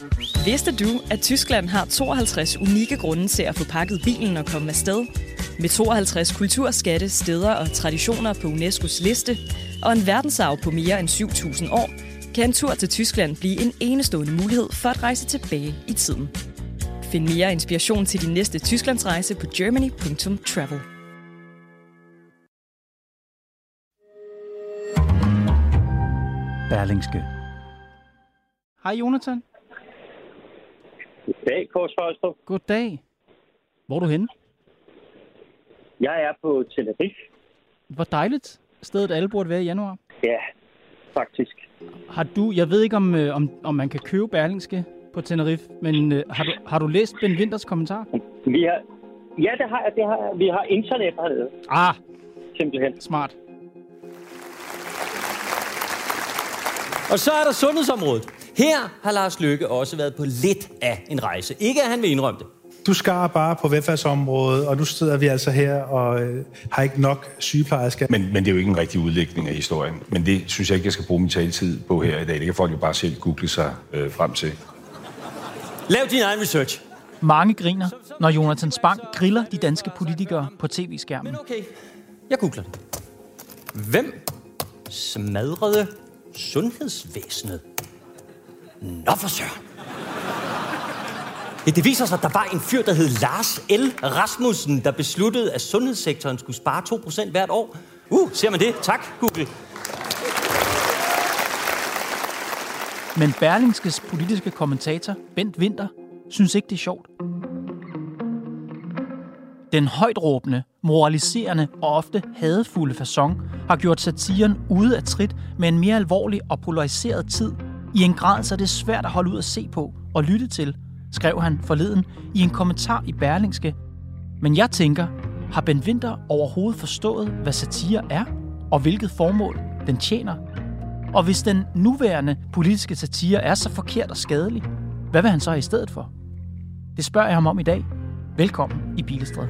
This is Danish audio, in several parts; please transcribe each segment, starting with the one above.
Vidste du, at Tyskland har 52 unikke grunde til at få pakket bilen og komme afsted? Med 52 kulturskatte, steder og traditioner på UNESCO's liste, og en verdensarv på mere end 7.000 år, kan en tur til Tyskland blive en enestående mulighed for at rejse tilbage i tiden. Find mere inspiration til din næste Tysklandsrejse på germany.travel. Berlingske. Hej Jonathan. Goddag, Kors Førstrup. Goddag. Hvor er du henne? Jeg er på Tenerife. Hvor dejligt stedet alle burde være i januar. Ja, faktisk. Har du, jeg ved ikke om man kan købe Berlingske på Tenerife, men har du læst Ben Winters kommentar? Ja, det har jeg. Vi har internet hernede. Simpelthen. Smart. Og så er der sundhedsområdet. Her har Lars Løkke også været på lidt af en rejse. Ikke at han vil indrømme det. Du skar bare på velfærdsområdet, og nu sidder vi altså her og har ikke nok sygeplejersker. Men det er jo ikke en rigtig udlægning af historien. Men det synes jeg ikke, jeg skal bruge min taletid på her i dag. Det kan folk jo bare selv google sig frem til. Lav din egen research. Mange griner, når Jonathan Spang griller de danske politikere på tv-skærmen. Men okay, jeg googler det. Hvem smadrede sundhedsvæsenet? Nå for søren. Det viser sig, at der var en fyr, der hed Lars L. Rasmussen, der besluttede, at sundhedssektoren skulle spare 2% hvert år. Ser man det? Tak, Google. Men Berlingskes politiske kommentator, Bent Winter, synes ikke, det er sjovt. Den højtråbende, moraliserende og ofte hadefulde facon har gjort satiren ude af trit med en mere alvorlig og polariseret tid i en grad, så det er svært at holde ud at se på og lytte til, skrev han forleden i en kommentar i Berlingske. Men jeg tænker, har Bent Winter overhovedet forstået, hvad satire er, og hvilket formål den tjener? Og hvis den nuværende politiske satire er så forkert og skadelig, hvad vil han så i stedet for? Det spørger jeg ham om i dag. Velkommen i Pilestræde.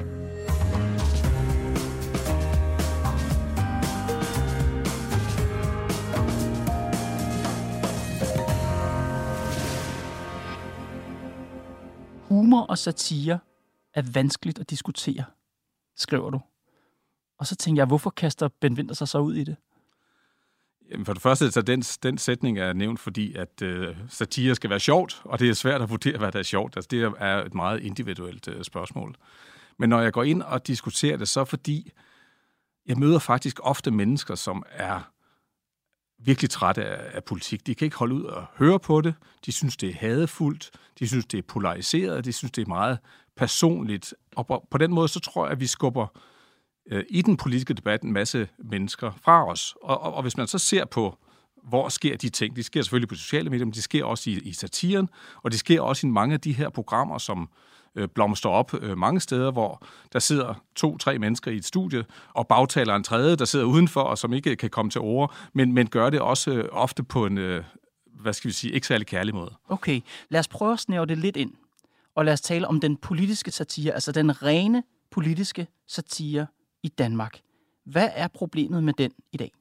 Humor og satire er vanskeligt at diskutere, skriver du. Og så tænker jeg, hvorfor kaster Bent Winter sig så ud i det? Jamen for det første, så den sætning er nævnt, fordi at satire skal være sjovt, og det er svært at vurdere, hvad der er sjovt. Altså, det er et meget individuelt spørgsmål. Men når jeg går ind og diskuterer det, så fordi jeg møder faktisk ofte mennesker, som er virkelig trætte af politik. De kan ikke holde ud og høre på det. De synes, det er hadefuldt. De synes, det er polariseret. De synes, det er meget personligt. Og på den måde, så tror jeg, at vi skubber i den politiske debat en masse mennesker fra os. Og hvis man så ser på, hvor sker de ting, de sker selvfølgelig på sociale medier, men de sker også i satiren, og de sker også i mange af de her programmer, som blomster op mange steder, hvor der sidder 2-3 mennesker i et studie, og bagtaler en tredje, der sidder udenfor, og som ikke kan komme til ord, men gør det også ofte på en, ikke særlig kærlig måde. Okay, lad os prøve at snævre det lidt ind, og lad os tale om den politiske satire, altså den rene politiske satire i Danmark. Hvad er problemet med den i dag?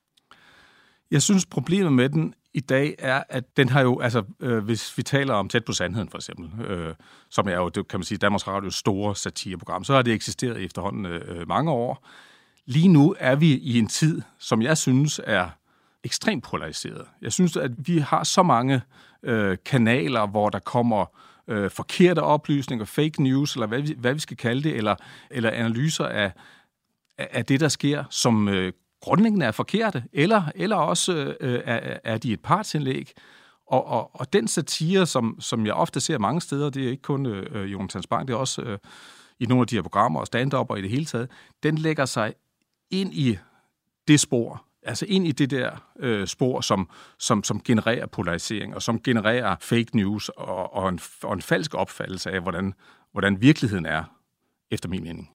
Jeg synes, problemet med den i dag er, at den har jo, hvis vi taler om Tæt på sandheden for eksempel, som er jo, det kan man sige, Danmarks Radios store satireprogram, så har det eksisteret efterhånden mange år. Lige nu er vi i en tid, som jeg synes er ekstremt polariseret. Jeg synes, at vi har så mange kanaler, hvor der kommer forkerte oplysninger, fake news, eller hvad vi skal kalde det, eller analyser af det, der sker, som grundlæggende er forkerte, eller også er de et partsindlæg. Og den satire, som jeg ofte ser mange steder, det er ikke kun Jonathan Spang, det er også i nogle af de her programmer og stand-up og i det hele taget, den lægger sig ind i det spor, altså ind i det der spor, som genererer polarisering, og som genererer fake news og en falsk opfattelse af, hvordan virkeligheden er, efter min mening.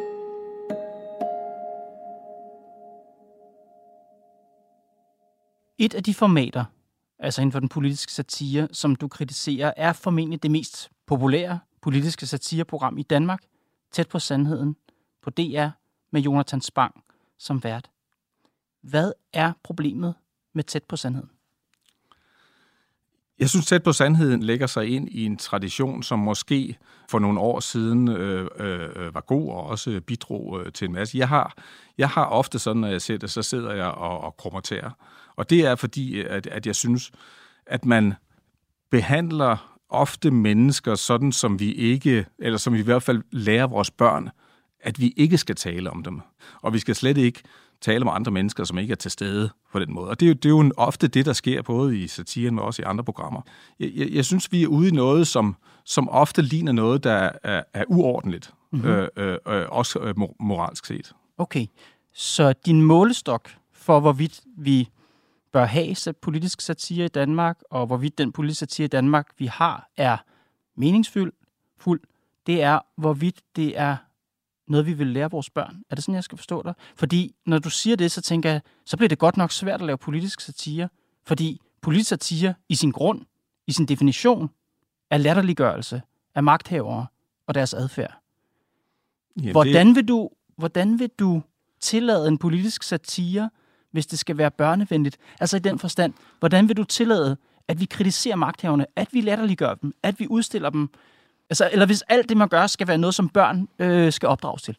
Et af de formater, altså inden for den politiske satire, som du kritiserer, er formentlig det mest populære politiske satireprogram i Danmark, Tæt på sandheden, på DR med Jonathan Spang som vært. Hvad er problemet med Tæt på sandheden? Jeg synes, Tæt på sandheden lægger sig ind i en tradition, som måske for nogle år siden var god og også bidrog til en masse. Jeg har ofte sådan, når jeg ser det, så sidder jeg og krummer tæer. Og det er fordi, at jeg synes, at man behandler ofte mennesker sådan, som vi ikke, eller som vi i hvert fald lærer vores børn, at vi ikke skal tale om dem. Og vi skal slet ikke tale om andre mennesker, som ikke er til stede på den måde. Og det er jo ofte det, der sker både i satiren, men også i andre programmer. Jeg synes, vi er ude i noget, som ofte ligner noget, der er uordentligt, også moralsk set. Okay, så din målestok for, hvorvidt vi bør have politisk satire i Danmark, og hvorvidt den politiske satire i Danmark, vi har, er meningsfuld, det er, hvorvidt det er noget, vi vil lære vores børn. Er det sådan, jeg skal forstå dig? Fordi når du siger det, så tænker jeg, så bliver det godt nok svært at lave politisk satire, fordi politisk satire i sin grund, i sin definition, er latterliggørelse af magthavere og deres adfærd. Jamen, hvordan vil du tillade en politisk satire, hvis det skal være børnevenligt? Altså i den forstand, hvordan vil du tillade, at vi kritiserer magthaverne, at vi latterliggør dem, at vi udstiller dem? Altså, eller hvis alt det, man gør, skal være noget, som børn skal opdrages til?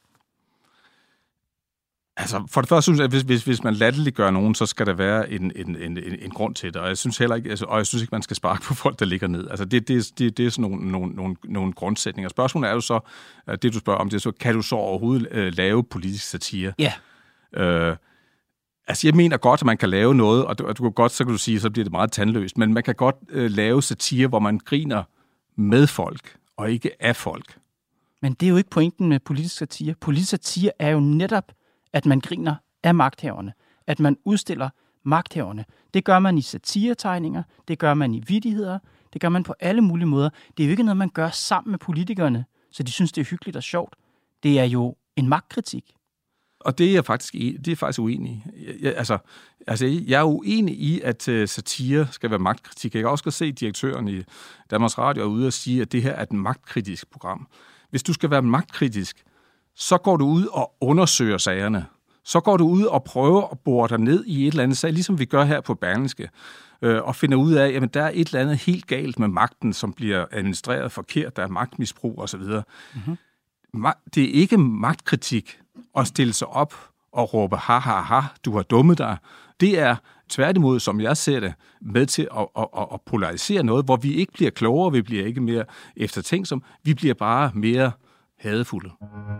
Altså, for det første synes jeg, at hvis man latterliggør nogen, så skal der være en grund til det. Og jeg synes heller ikke, og jeg synes ikke, man skal sparke på folk, der ligger ned. Altså, det er sådan nogle grundsætninger. Spørgsmålet er jo så, det du spørger om, det er så, kan du så overhovedet lave politisk satire? Ja. Altså, jeg mener godt, at man kan lave noget, og du kan godt, så kan du sige, så bliver det meget tandløst, men man kan godt lave satire, hvor man griner med folk, og ikke af folk. Men det er jo ikke pointen med politisk satire. Politisk satire er jo netop, at man griner af magthaverne. At man udstiller magthaverne. Det gør man i satiretegninger, det gør man i vittigheder, det gør man på alle mulige måder. Det er jo ikke noget, man gør sammen med politikerne, så de synes, det er hyggeligt og sjovt. Det er jo en magtkritik. Og det er jeg faktisk uenig i. Jeg er uenig i, at satire skal være magtkritik. Jeg kan også se direktøren i Danmarks Radio er ude og sige, at det her er et magtkritisk program. Hvis du skal være magtkritisk, så går du ud og undersøger sagerne. Så går du ud og prøver at bore dig ned i et eller andet sag, ligesom vi gør her på Berlingske, og finder ud af, at der er et eller andet helt galt med magten, som bliver administreret forkert, der er magtmisbrug osv. Mm-hmm. Det er ikke magtkritik at stille sig op og råbe, ha, ha, ha, du har dummet dig. Det er tværtimod, som jeg ser det, med til at polarisere noget, hvor vi ikke bliver klogere, vi bliver ikke mere eftertænksomme, vi bliver bare mere hadefulde.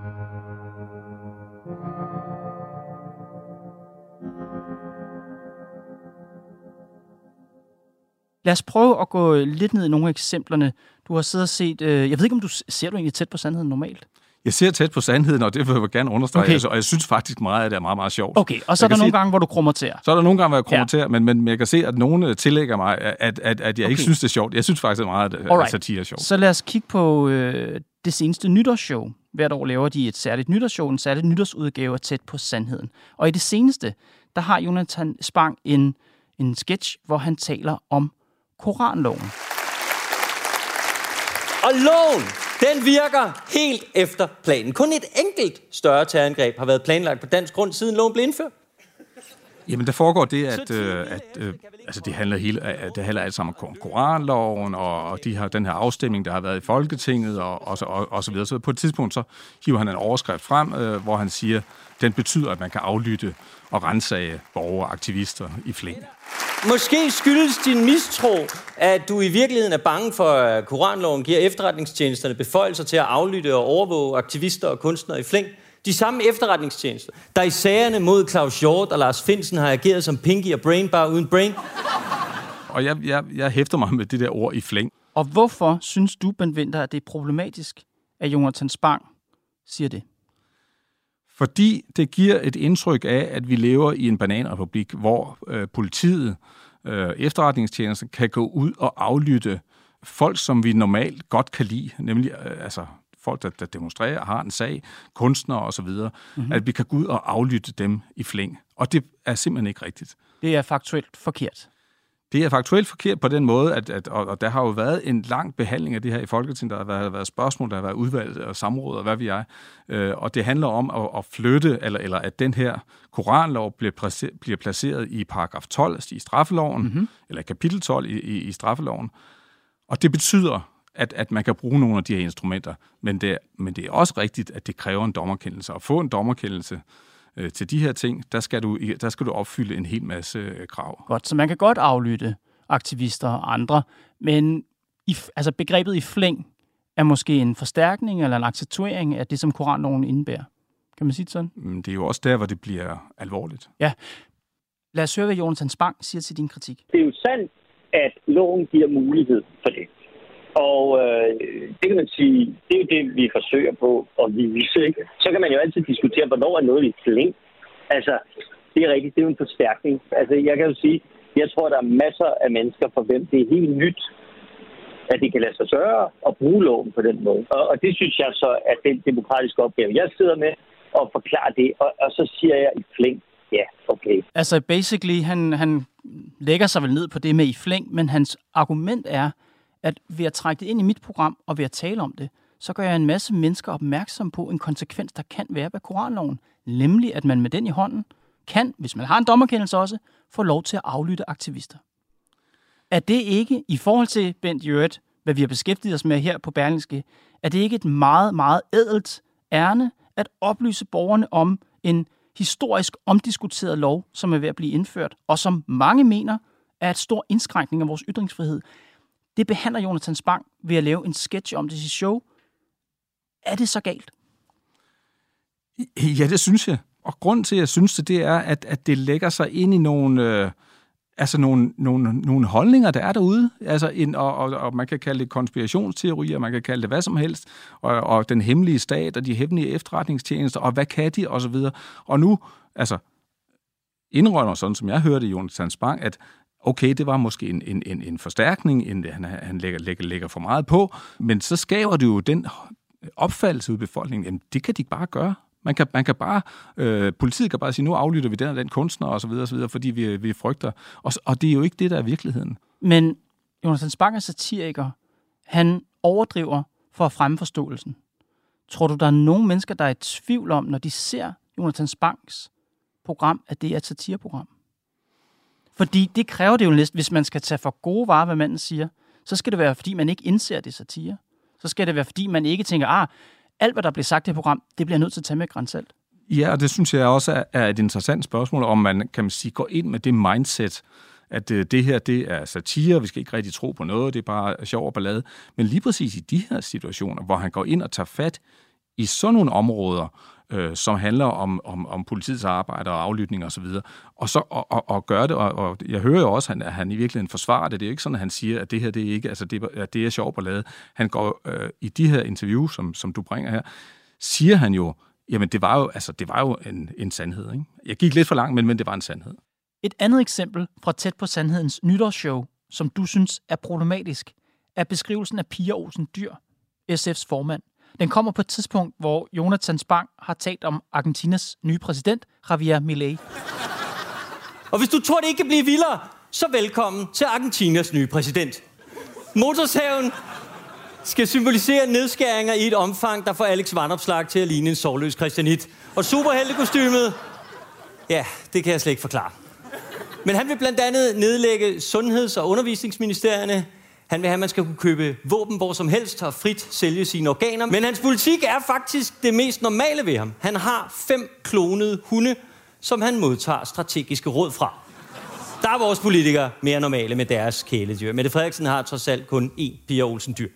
Lad os prøve at gå lidt ned i nogle af eksemplerne. Du har siddet og set... Jeg ved ikke, om ser du egentlig Tæt på sandheden normalt? Jeg ser Tæt på sandheden, og det vil jeg gerne understrege. Okay. Og jeg synes faktisk meget, at det er meget, meget sjovt. Okay, og så er der nogle gange, hvor du krummer til. Så er der nogle gange, hvor jeg krummer til, men jeg kan se, at nogen tillægger mig, at jeg ikke synes, det er sjovt. Jeg synes faktisk, det er meget, at satire er sjovt. Så lad os kigge på det seneste nytårsshow. Hvert år laver de et særligt nytårsshow, en særlig nytårsudgave af Tæt på sandheden. Og i det seneste, der har Jonathan Spang en sketch, hvor han taler om koranloven. Og loven, den virker helt efter planen. Kun et enkelt større terrorangreb har været planlagt på dansk grund, siden loven blev indført. Jamen, der foregår det, at det handler alt sammen om koranloven, og de har den her afstemning, der har været i Folketinget, og så videre. Så på et tidspunkt, så hiver han en overskrift frem, hvor han siger, den betyder, at man kan aflytte og ransage borgere og aktivister i flæng. Måske skyldes din mistro, at du i virkeligheden er bange for, at koranloven giver efterretningstjenesterne beføjelser til at aflytte og overvåge aktivister og kunstnere i flæng. De samme efterretningstjenester, der i sagerne mod Claus Hjort og Lars Findsen har ageret som Pinky og Brain bare uden brain. Og jeg hæfter mig med det der ord i flæng. Og hvorfor synes du, Bent Winther, at det er problematisk, at Jonathan Spang siger det? Fordi det giver et indtryk af, at vi lever i en bananrepublik, hvor politiet, efterretningstjenester, kan gå ud og aflytte folk, som vi normalt godt kan lide, nemlig folk, der demonstrerer, har en sag, kunstnere osv., at vi kan gå ud og aflytte dem i flæng. Og det er simpelthen ikke rigtigt. Det er faktuelt forkert. Det er faktuelt forkert på den måde, og der har jo været en lang behandling af det her i Folketinget. Der har været spørgsmål, der har været udvalg og samråd og hvad vi er. Og det handler om at flytte, eller at den her koranlov bliver placeret i paragraf 12 i straffeloven, eller kapitel 12 i straffeloven. Og det betyder, at man kan bruge nogle af de her instrumenter. Men det er også rigtigt, at det kræver en dommerkendelse. At få en dommerkendelse til de her ting, der skal du opfylde en hel masse krav. Godt, så man kan godt aflytte aktivister og andre, men begrebet i flæng er måske en forstærkning eller en accentuering af det, som koranloven indebærer. Kan man sige det sådan? Det er jo også der, hvor det bliver alvorligt. Ja. Lad os høre, hvad Jonathan Spang siger til din kritik. Det er jo sandt, at loven giver mulighed for det. Og det kan man sige, det er jo det, vi forsøger på at vise. Ikke? Så kan man jo altid diskutere, hvornår er noget i flæng. Altså, det er rigtigt, det er jo en forstærkning. Altså, jeg kan jo sige, jeg tror, der er masser af mennesker, for hvem det er helt nyt, at det kan lade sig gøre at bruge loven på den måde. Og det synes jeg så er den demokratiske opgave, jeg sidder med, at forklare det. Og så siger jeg i flæng, ja, okay. Altså, basically, han lægger sig vel ned på det med i flæng, men hans argument er, at ved at trække det ind i mit program og ved at tale om det, så gør jeg en masse mennesker opmærksom på en konsekvens, der kan være ved koranloven. Nemlig, at man med den i hånden kan, hvis man har en dommerkendelse også, få lov til at aflytte aktivister. Er det ikke, i forhold til Bent Jørget, hvad vi har beskæftiget os med her på Berlingske, er det ikke et meget, meget ædelt ærne at oplyse borgerne om en historisk omdiskuteret lov, som er ved at blive indført, og som mange mener er et stor indskrænkning af vores ytringsfrihed? Det behandler Jonathan Spang ved at lave en sketch om det i sit show. Er det så galt? Ja, det synes jeg. Og grunden til, at jeg synes det er, at det lægger sig ind i nogle holdninger, der er derude. Altså og man kan kalde det konspirationsteorier, man kan kalde det hvad som helst. Og den hemmelige stat og de hemmelige efterretningstjenester, og hvad kan de, og så videre. Og nu, indrømmer sådan, som jeg hørte Jonathan Spang, at okay, det var måske en forstærkning, han lægger for meget på, men så skaber det jo den opfattelse ud i befolkningen, jamen det kan de bare gøre. Man kan bare, politiet kan bare sige, nu aflytter vi den og den kunstner og så videre, fordi vi frygter. Og det er jo ikke det, der er virkeligheden. Men Jonathan Spang er satiriker. Han overdriver for at fremme forståelsen. Tror du, der er nogle mennesker, der er i tvivl om, når de ser Jonathan Spangs program, at det er et satireprogram? Fordi det kræver det jo næsten, hvis man skal tage for gode varer, hvad manden siger, så skal det være, fordi man ikke indser det satire. Så skal det være, fordi man ikke tænker, alt hvad der bliver sagt i det program, det bliver nødt til at tage med grænsalt. Ja, og det synes jeg også er et interessant spørgsmål, om man, kan man sige, går ind med det mindset, at det her, det er satire, vi skal ikke rigtig tro på noget, det er bare sjov og ballade. Men lige præcis i de her situationer, hvor han går ind og tager fat i sådan nogle områder, som handler om politiets arbejde og aflytning og så videre, og gør det, og jeg hører jo også, at han i virkeligheden forsvarer det. Det er jo ikke sådan, at han siger, at det her, det er ikke, det er sjov ballade. Han går i de her interviews, som du bringer her, siger han jo, jamen det var jo en sandhed, ikke? Jeg gik lidt for langt, men det var en sandhed. Et andet eksempel fra Tæt på Sandhedens nytårsshow, som du synes er problematisk, er beskrivelsen af Pia Olsen Dyhr, SF's formand. Den kommer på et tidspunkt, hvor Jonathan Spang har talt om Argentinas nye præsident, Javier Milei. Og hvis du tror, det ikke kan blive vildere, så velkommen til Argentinas nye præsident. Motorsaven skal symbolisere nedskæringer i et omfang, der får Alex Vanopslagh til at ligne en sorgløs Christianit. Og superheltekostymet, ja, det kan jeg slet ikke forklare. Men han vil blandt andet nedlægge sundheds- og undervisningsministerierne. Han vil have, at man skal kunne købe våben hvor som helst og frit sælge sine organer. Men hans politik er faktisk det mest normale ved ham. Han har 5 klonede hunde, som han modtager strategiske råd fra. Der er vores politikere mere normale med deres kæledyr. Mette Frederiksen har trods alt kun 1 Pia Olsen Dyhr.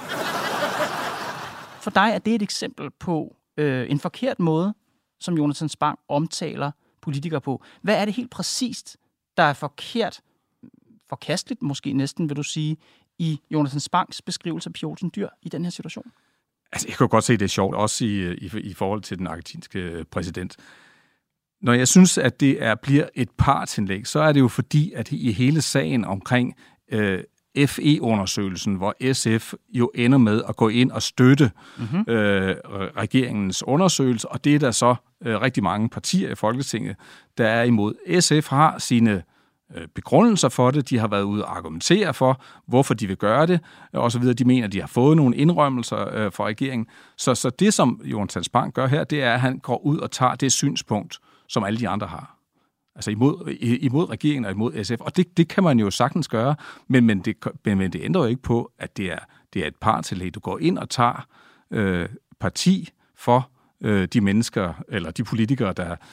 For dig er det et eksempel på en forkert måde, som Jonathan Spang omtaler politikere på. Hvad er det helt præcist, der er forkert, forkasteligt måske næsten, vil du sige, i Jonathan Spangs beskrivelse af Pia Olsen Dyhr i den her situation? Altså, jeg kan godt se, at det er sjovt, også i forhold til den argentinske præsident. Når jeg synes, at det bliver et partsindlæg, så er det jo fordi, at i hele sagen omkring FE-undersøgelsen, hvor SF jo ender med at gå ind og støtte regeringens undersøgelse, og det er der så rigtig mange partier i Folketinget, der er imod. SF har sine begrundelser for det, de har været ude og argumentere for, hvorfor de vil gøre det, og så videre. De mener, at de har fået nogle indrømmelser fra regeringen. Så det, som Jonathan Spang gør her, det er, at han går ud og tager det synspunkt, som alle de andre har. Altså imod regeringen og imod SF. Og det kan man jo sagtens gøre, men det ændrer jo ikke på, at det er et partillæg. Du går ind og tager parti for de mennesker, eller de politikere,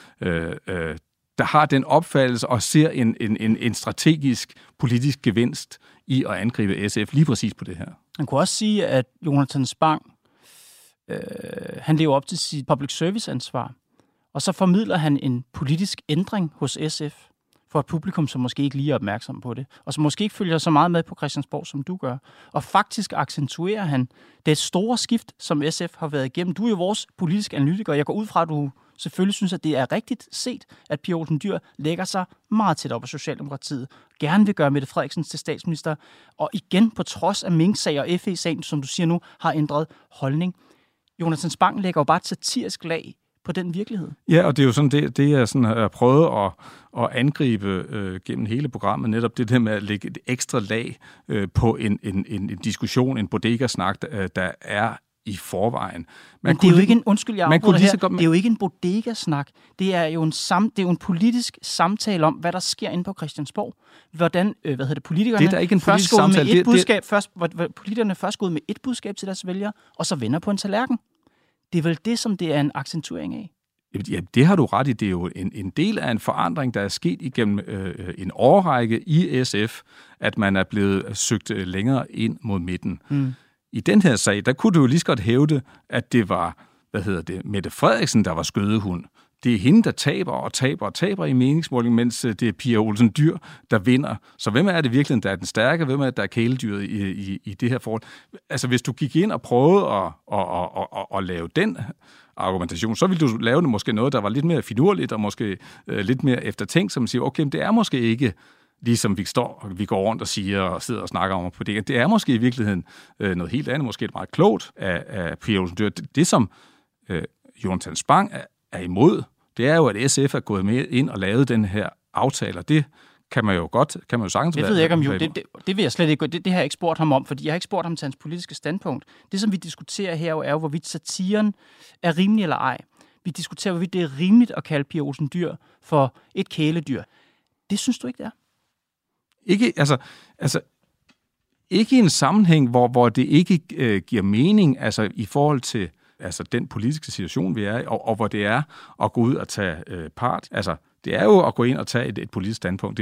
der har den opfattelse og ser en strategisk politisk gevinst i at angribe SF lige præcis på det her. Man kunne også sige, at Jonathan Spang, han lever op til sit public service ansvar, og så formidler han en politisk ændring hos SF for et publikum, som måske ikke lige er opmærksom på det, og som måske ikke følger så meget med på Christiansborg, som du gør. Og faktisk accentuerer han det store skift, som SF har været igennem. Du er jo vores politiske analytiker, og jeg går ud fra, at du selvfølgelig synes, at det er rigtigt set, at Pia Olsen Dyhr lægger sig meget tæt op af Socialdemokratiet, gerne vil gøre Mette Frederiksen til statsminister, og igen på trods af Mink-sag og FE-sagen, som du siger nu, har ændret holdning. Jonathan Spang lægger jo bare et satirisk lag på den virkelighed. Ja, og det er jo sådan, det jeg sådan har prøvet at angribe gennem hele programmet, netop det der med at lægge et ekstra lag på en diskussion, en bodega-snak, der er i forvejen. Men det er jo ikke en, undskyld, jeg afbryder her, det er jo ikke en bodega-snak. Det er jo en politisk samtale om, hvad der sker inde på Christiansborg. Hvordan, politikerne det er ikke en politisk samtale. Politikerne først går ud med et budskab til deres vælgere, og så vender på en tallerken. Det er vel det, som det er en accentuering af? Ja, det har du ret i. Det er jo en del af en forandring, der er sket igennem en årrække i SF, at man er blevet søgt længere ind mod midten. Mm. I den her sag, der kunne du jo lige så godt hævde, at det var, Mette Frederiksen, der var skødehund. Det er hende, der taber i meningsmåling, mens det er Pia Olsen Dyhr, der vinder. Så hvem er det virkelig, der er den stærke? Hvem er det, der er kæledyret i det her forhold? Altså, hvis du gik ind og prøvede at lave den argumentation, så ville du lave måske noget, der var lidt mere finurligt og måske lidt mere eftertænkt, som siger, okay, det er måske ikke ligesom vi går rundt og siger og sidder og snakker om på det. Det er måske i virkeligheden noget helt andet, måske meget klogt af Pia Olsen Dyhr. Det som Jonathan Spang er imod, det er jo, at SF er gået med ind og lavet den her aftale, og det kan man jo sagtens være. Det ved jeg ikke om jo. Det vil jeg slet ikke. Det har jeg ikke spurgt ham om, fordi jeg har ikke spurgt ham til hans politiske standpunkt. Det, som vi diskuterer her, er jo, hvorvidt satiren er rimelig eller ej. Vi diskuterer, hvorvidt det er rimeligt at kalde Pia Olsen Dyhr for et kæledyr. Det synes du ikke, det er? Ikke i en sammenhæng, hvor det ikke giver mening, altså i forhold til den politiske situation, vi er i, og hvor det er at gå ud og tage part. Altså, det er jo at gå ind og tage et politisk standpunkt.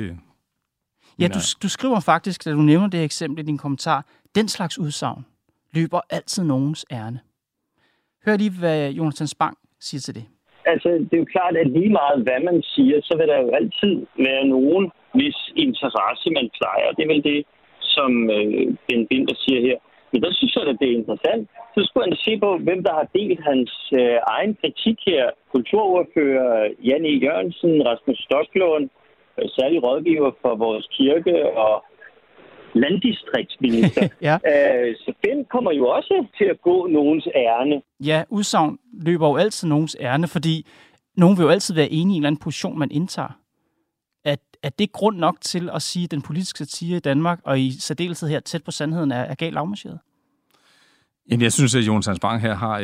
Ja, du skriver faktisk, da du nævner det her eksempel i din kommentar, den slags udsagn løber altid nogens ærne. Hør lige, hvad Jonathan Spang siger til det. Altså, det er jo klart, at lige meget hvad man siger, så vil der jo altid være nogen, hvis interesse man plejer. Det er vel det, som Ben Winther siger her. Men der synes jeg, at det er interessant. Så skulle han se på, hvem der har delt hans egen kritik her. Kulturordfører Jan E. Jørgensen, Rasmus Stoklund, særlig rådgiver for vores kirke og landdistriktsminister. Ja. Så den kommer jo også til at gå nogens ærne. Ja, udsagn løber jo altid nogens ærne, fordi nogen vil jo altid være enige i en eller anden position, man indtager. Er det grund nok til at sige, at den politiske satire i Danmark, og i særdeleshed her tæt på sandheden, er galt afmarcheret? Jamen, jeg synes, at Jonathan Spang her har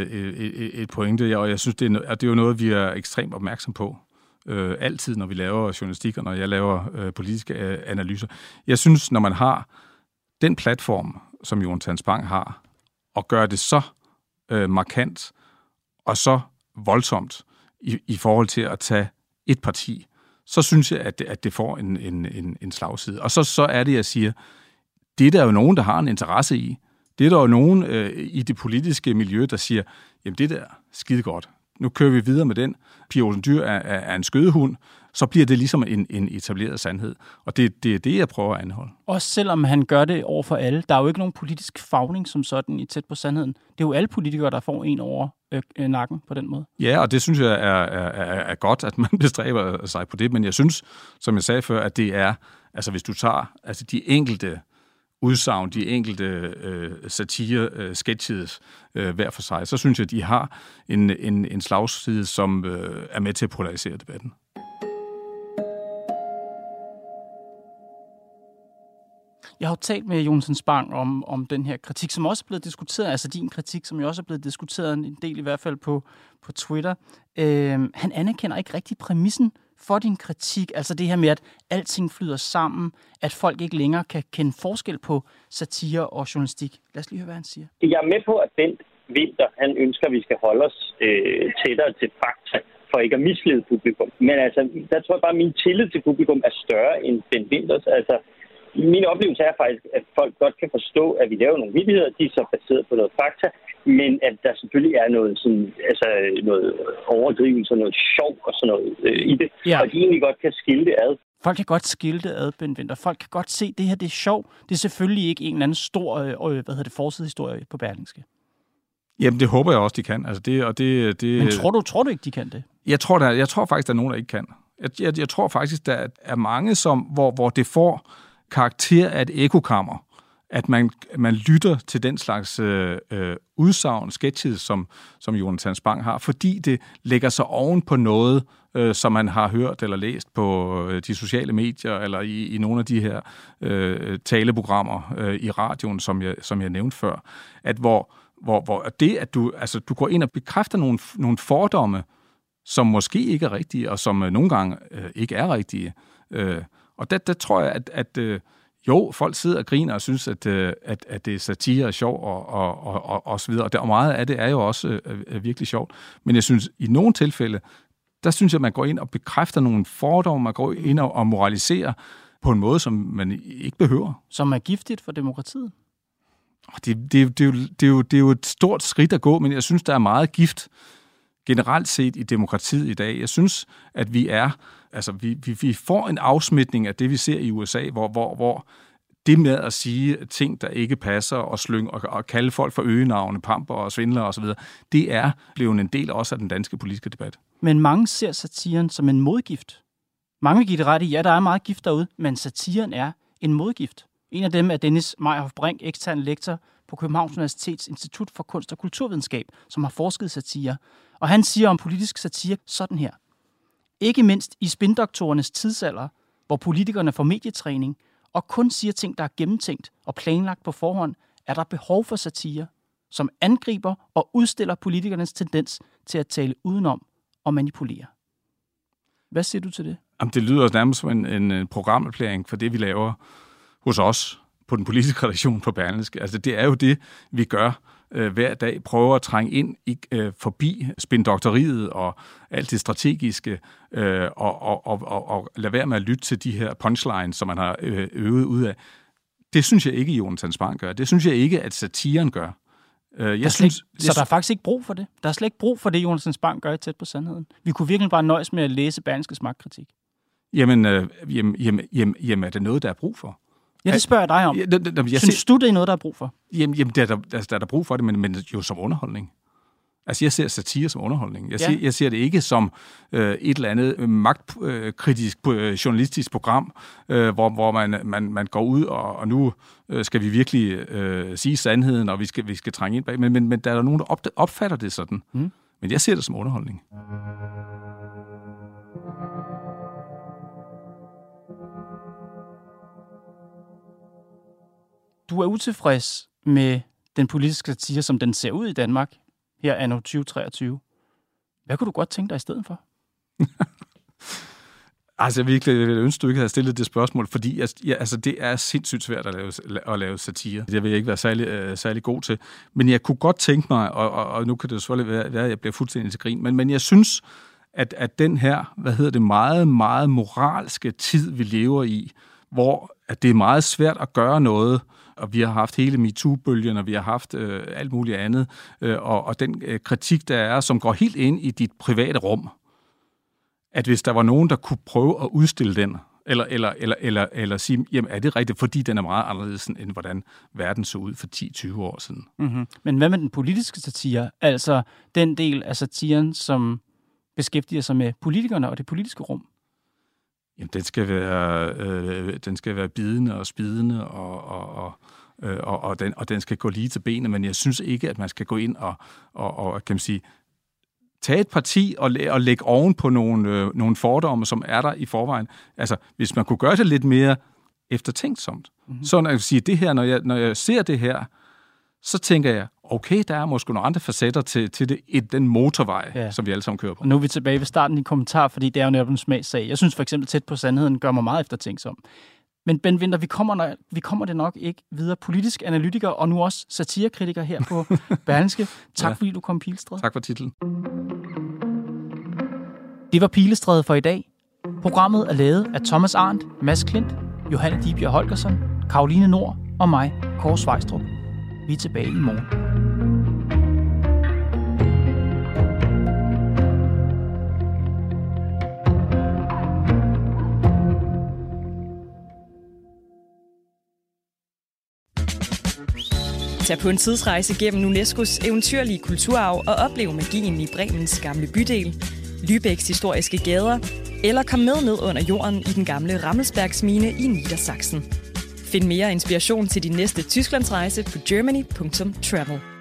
et pointe, og jeg synes, det er jo noget, vi er ekstremt opmærksom på. Altid, når vi laver journalistik, og når jeg laver politiske analyser. Jeg synes, når man har den platform, som Jonathan Spang har, og gør det så markant og så voldsomt i forhold til at tage et parti, så synes jeg, at det får en slagside. Og så er det, jeg siger, det er der jo nogen, der har en interesse i. Det er der jo nogen i det politiske miljø, der siger, jamen det der skide godt. Nu kører vi videre med den. Pia Olsen Dyhr er en skødehund. Så bliver det ligesom en etableret sandhed. Og det er det, jeg prøver at anholde. Også selvom han gør det over for alle. Der er jo ikke nogen politisk fagning som sådan i tæt på sandheden. Det er jo alle politikere, der får en over nakken på den måde. Ja, og det synes jeg er godt, at man bestræber sig på det. Men jeg synes, som jeg sagde før, at det er, altså hvis du tager de enkelte udsagn, de enkelte satire-sketches hver for sig, så synes jeg, at de har en slagside, som er med til at polarisere debatten. Jeg har jo talt med Jonsen Spang om den her kritik, som også er blevet diskuteret, altså din kritik, som jo også er blevet diskuteret en del, i hvert fald på Twitter. Han anerkender ikke rigtig præmissen for din kritik, altså det her med, at alting flyder sammen, at folk ikke længere kan kende forskel på satire og journalistik. Lad os lige høre, hvad han siger. Jeg er med på, at Bent Winther, han ønsker, at vi skal holde os tættere til fakta, for ikke at mislede publikum. Men altså, der tror jeg bare, at min tillid til publikum er større end Bent Winthers. Altså, min oplevelse er faktisk, at folk godt kan forstå, at vi laver nogle vittigheder, de er så baseret på noget fakta, men at der selvfølgelig er noget, sådan, altså noget overdrivelse, noget sjov og sådan noget i det, ja. Og de egentlig godt kan skille det ad. Folk kan godt skille det ad, Bent Winther. Folk kan godt se, at det her det er sjov. Det er selvfølgelig ikke en eller anden stor forsidehistorie på Berlingske. Jamen, det håber jeg også, de kan. Altså, det. Men tror du ikke, de kan det? Jeg tror faktisk, der er nogen, der ikke kan. Jeg tror faktisk, der er mange, hvor det får karakter af et ekokammer. At man lytter til den slags udsagn, sketches, som Jonathan Spang har, fordi det lægger sig oven på noget, som man har hørt eller læst på de sociale medier, eller i nogle af de her taleprogrammer i radioen, som jeg nævnte før. Hvor det, at du går ind og bekræfter nogle fordomme, som måske ikke er rigtige, og som nogle gange ikke er rigtige. Og der tror jeg, at jo, folk sidder og griner og synes, at det er satire og sjov og så videre. Og meget af det er jo også virkelig sjovt. Men jeg synes, i nogle tilfælde, der synes jeg, at man går ind og bekræfter nogle fordomme, man går ind og moraliserer på en måde, som man ikke behøver. Som er giftigt for demokratiet? Det er jo et stort skridt at gå, men jeg synes, der er meget gift generelt set i demokratiet i dag. Jeg synes, at vi får en afsmitning af det, vi ser i USA, hvor det med at sige ting, der ikke passer, og slynge og kalde folk for øgenavne, pamper og svindlere osv., det er blevet en del også af den danske politiske debat. Men mange ser satiren som en modgift. Mange vil give det ret i, ja, der er meget gift derude, men satiren er en modgift. En af dem er Dennis Meyerhoff Brink, ekstern lektor på Københavns Universitets Institut for Kunst og Kulturvidenskab, som har forsket satire. Og han siger om politisk satire sådan her. Ikke mindst i spindoktorernes tidsalder, hvor politikerne får medietræning og kun siger ting, der er gennemtænkt og planlagt på forhånd, er der behov for satire, som angriber og udstiller politikernes tendens til at tale udenom og manipulere. Hvad siger du til det? Jamen, det lyder nærmest som en programerklæring for det, vi laver hos os på den politiske redaktion på Berlingske. Altså, det er jo det, vi gør hver dag. Prøver at trænge ind forbi spindoktoriet og alt det strategiske, og lade være med at lytte til de her punchlines, som man har øvet ud af. Det synes jeg ikke, Jonathan Spang gør. Det synes jeg ikke, at satiren gør. Så der er faktisk ikke brug for det? Der er slet ikke brug for det, Jonathan Spang gør i Tæt på Sandheden? Vi kunne virkelig bare nøjes med at læse Berlingskes magtkritik. Jamen, er det noget, der er brug for? Ja, det spørger jeg dig om. Synes du, det er noget, der er brug for? Jamen der er brug for det, men jo som underholdning. Altså, jeg ser satire som underholdning. Jeg ser det ikke som et eller andet magtkritisk journalistisk program, hvor man går ud, og nu skal vi virkelig sige sandheden, og vi skal trænge ind bag. Men der er nogen, der opfatter det sådan. Mm. Men jeg ser det som underholdning. Du er utilfreds med den politiske satire, som den ser ud i Danmark, her anno 2023. Hvad kunne du godt tænke dig i stedet for? Altså, jeg virkelig ønske, du ikke havde stillet det spørgsmål, fordi det er sindssygt svært at lave satire. Det vil jeg ikke være særlig god til. Men jeg kunne godt tænke mig, og nu kan det selvfølgelig være, at jeg bliver fuldstændig til grin, men jeg synes, at den her, meget, meget moralske tid, vi lever i, hvor at det er meget svært at gøre noget, og vi har haft hele MeToo-bølgen, og vi har haft alt muligt andet, og den kritik, der er, som går helt ind i dit private rum, at hvis der var nogen, der kunne prøve at udstille den, eller sige, jamen er det rigtigt, fordi den er meget anderledes, end hvordan verden så ud for 10-20 år siden. Mm-hmm. Men hvad med den politiske satire? Altså den del af satiren, som beskæftiger sig med politikerne og det politiske rum? Jamen, den skal være bidende og spidende, og den skal gå lige til benene, men jeg synes ikke, at man skal gå ind og kan man sige, tage et parti og lægge oven på nogle fordomme, som er der i forvejen. Altså, hvis man kunne gøre det lidt mere eftertænksomt, Så når jeg siger det her, når jeg ser det her, så tænker jeg, okay, der er måske nogle andre facetter til det, i den motorvej, som vi alle sammen kører på. Og nu er vi tilbage ved starten i kommentar, fordi det er jo netop en smagssag. Jeg synes for eksempel, Tæt på sandheden gør mig meget eftertænksom. Men Ben Winther, vi kommer det nok ikke videre. Politisk analytiker og nu også satirekritiker her på Berlingske. Tak fordi du kom, Pilestræde. Tak for titlen. Det var Pilestræde for i dag. Programmet er lavet af Thomas Arndt, Mads Klint, Johanne Dibjerg Holgersen, Karoline Nord og mig, Kåre Svejstrup. Vi er tilbage i morgen. Tag på en tidsrejse gennem UNESCO's eventyrlige kulturarv og oplev magien i Bremens gamle bydel, Lübecks historiske gader, eller kom med ned under jorden i den gamle Rammelsbergsmine i Niedersachsen. Find mere inspiration til din næste Tysklandsrejse på germany.travel.